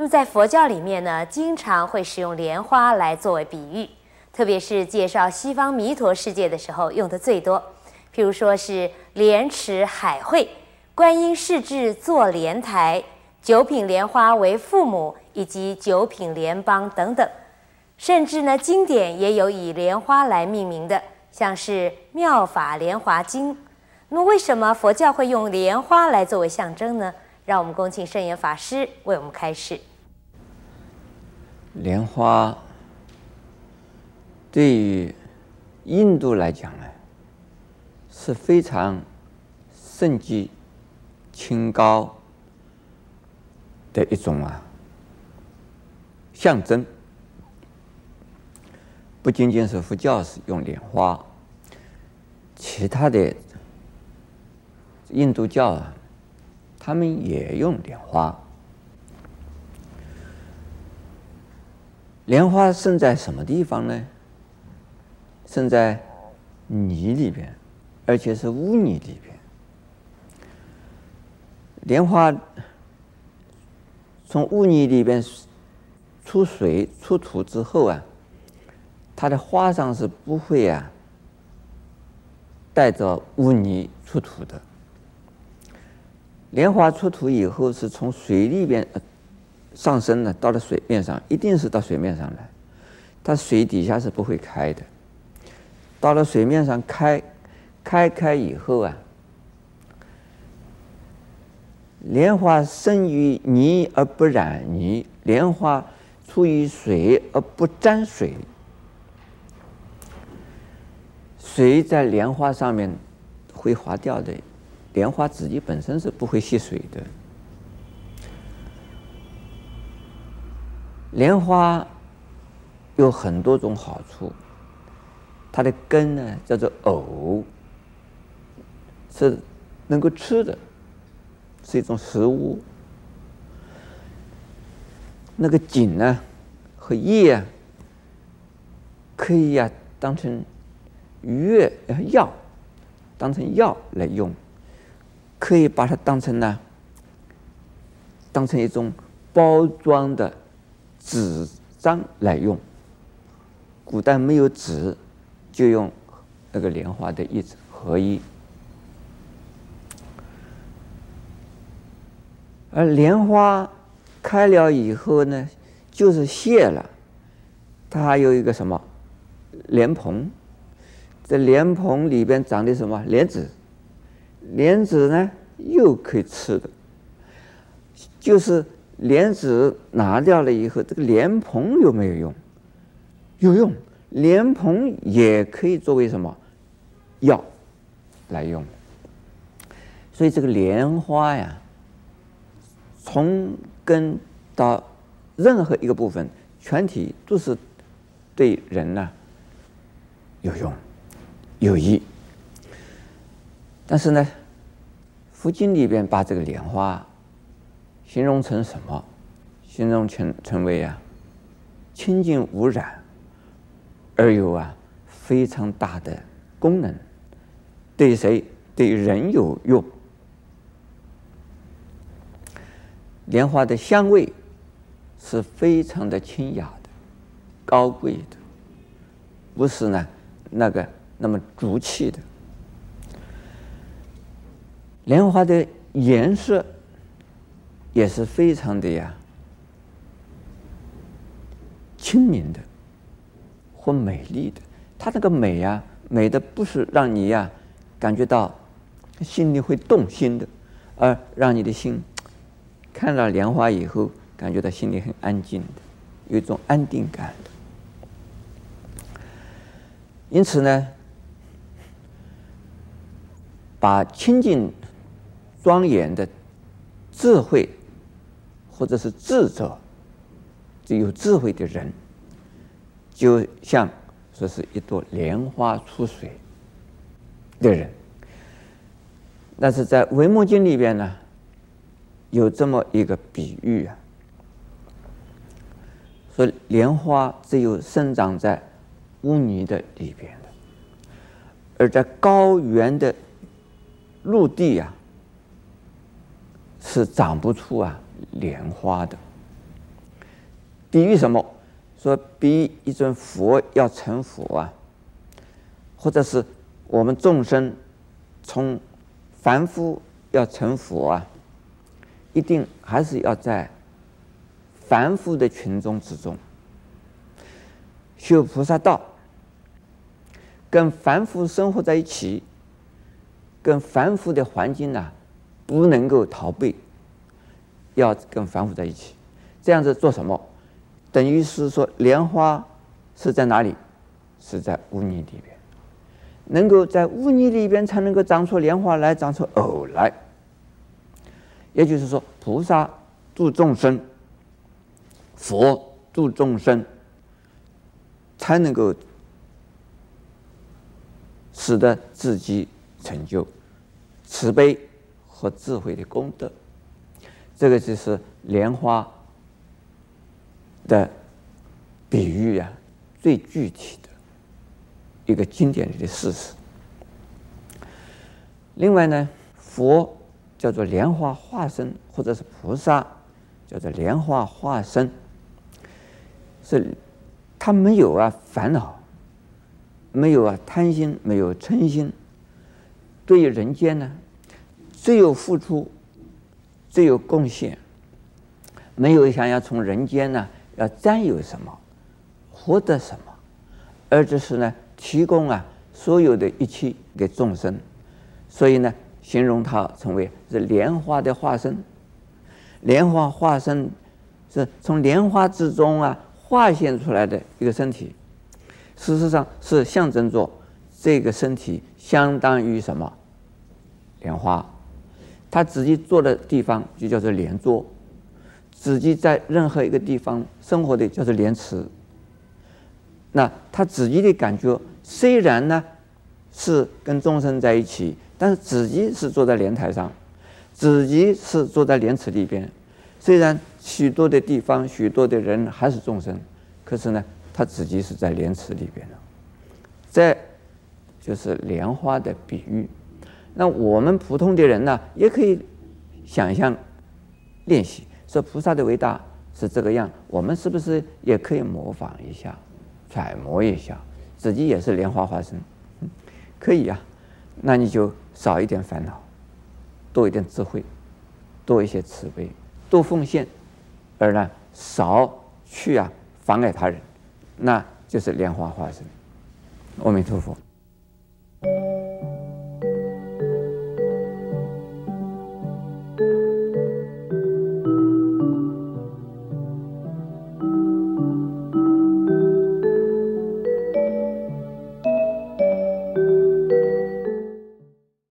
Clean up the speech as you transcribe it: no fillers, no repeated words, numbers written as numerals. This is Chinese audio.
在佛教里面呢，经常会使用莲花来作为比喻，特别是介绍西方弥陀世界的时候用的最多。譬如说是莲池海会、观音世智坐莲台、九品莲花为父母，以及九品莲邦等等。甚至呢，经典也有以莲花来命名的，像是《妙法莲华经》。那么为什么佛教会用莲花来作为象征呢？让我们恭请圣严法师为我们开示。 莲花对于印度来讲呢，是非常圣洁清高的一种象征。不仅仅是佛教是用莲花，其他的印度教他们也用莲花。莲花生在什么地方呢？生在泥里边，而且是污泥里边。莲花从污泥里边出水出土之后它的花上是不会带着污泥出土的。莲花出土以后是从水里边上升的，到了水面上，一定是到水面上来，它水底下是不会开的。到了水面上开以后莲花生于泥而不染泥，莲花出于水而不沾水。水在莲花上面会滑掉的，莲花自己本身是不会吸水的。莲花有很多种好处，它的根呢叫做藕，是能够吃的，是一种食物。那个茎呢和叶可以当成药，当成药来用，可以把它当成一种包装的纸张来用。古代没有纸，就用那个莲花的叶子合一。而莲花开了以后呢，就是谢了，它还有一个什么莲蓬。这莲蓬里边长的什么莲子，莲子呢又可以吃的，就是莲子拿掉了以后，这个莲蓬有没有用？有用，莲蓬也可以作为什么药来用。所以这个莲花从根到任何一个部分，全体都是对人有用有益。但是呢，佛经里边把这个莲花形容成什么？形容成为清净无染，而有非常大的功能，对谁？对人有用。莲花的香味是非常的清雅的、高贵的，不是那么俗气的。莲花的颜色也是非常的清明的或美丽的。它那个美美的不是让你感觉到心里会动心的，而让你的心看到莲花以后感觉到心里很安静的，有一种安定感的。因此呢，把清净庄严的智慧或者是智者，就有智慧的人，就像说是一朵莲花出水的人。但是在《维摩经》里边呢，有这么一个比喻说莲花只有生长在污泥的里边的，而在高原的陆地是长不出莲花的。 比喻什么？说比喻一尊佛要成佛啊，或者是我们众生从凡夫要成佛啊，一定还是要在凡夫的群众之中修菩萨道，跟凡夫生活在一起，跟凡夫的环境啊不能够逃避，要跟凡夫在一起。这样子做什么？等于是说莲花是在哪里？是在污泥里边，能够在污泥里边才能够长出莲花来，长出藕来。也就是说，菩萨度众生，佛度众生，才能够使得自己成就慈悲和智慧的功德。这个就是莲花的比喻啊，最具体的一个经典里的事实。另外呢，佛叫做莲花化身，或者是菩萨叫做莲花化身，是他没有烦恼，没有贪心，没有嗔心，对于人间呢最有付出，最有贡献，没有想要从人间呢要占有什么，获得什么，而只是呢提供所有的一切给众生。所以呢，形容它成为是莲花的化身。莲花化身是从莲花之中化现出来的一个身体，事实上是象征着这个身体相当于什么？莲花。他自己坐的地方就叫做莲座，自己在任何一个地方生活的叫做莲池。那他自己的感觉虽然呢是跟众生在一起，但是自己是坐在莲台上，自己是坐在莲池里边。虽然许多的地方许多的人还是众生，可是呢他自己是在莲池里边的。这就是莲花的比喻。那我们普通的人呢也可以想象练习，说菩萨的伟大是这个样，我们是不是也可以模仿一下，揣摩一下，自己也是莲花化身？可以那你就少一点烦恼，多一点智慧，多一些慈悲，多奉献，而呢少去妨碍他人，那就是莲花化身。阿弥陀佛。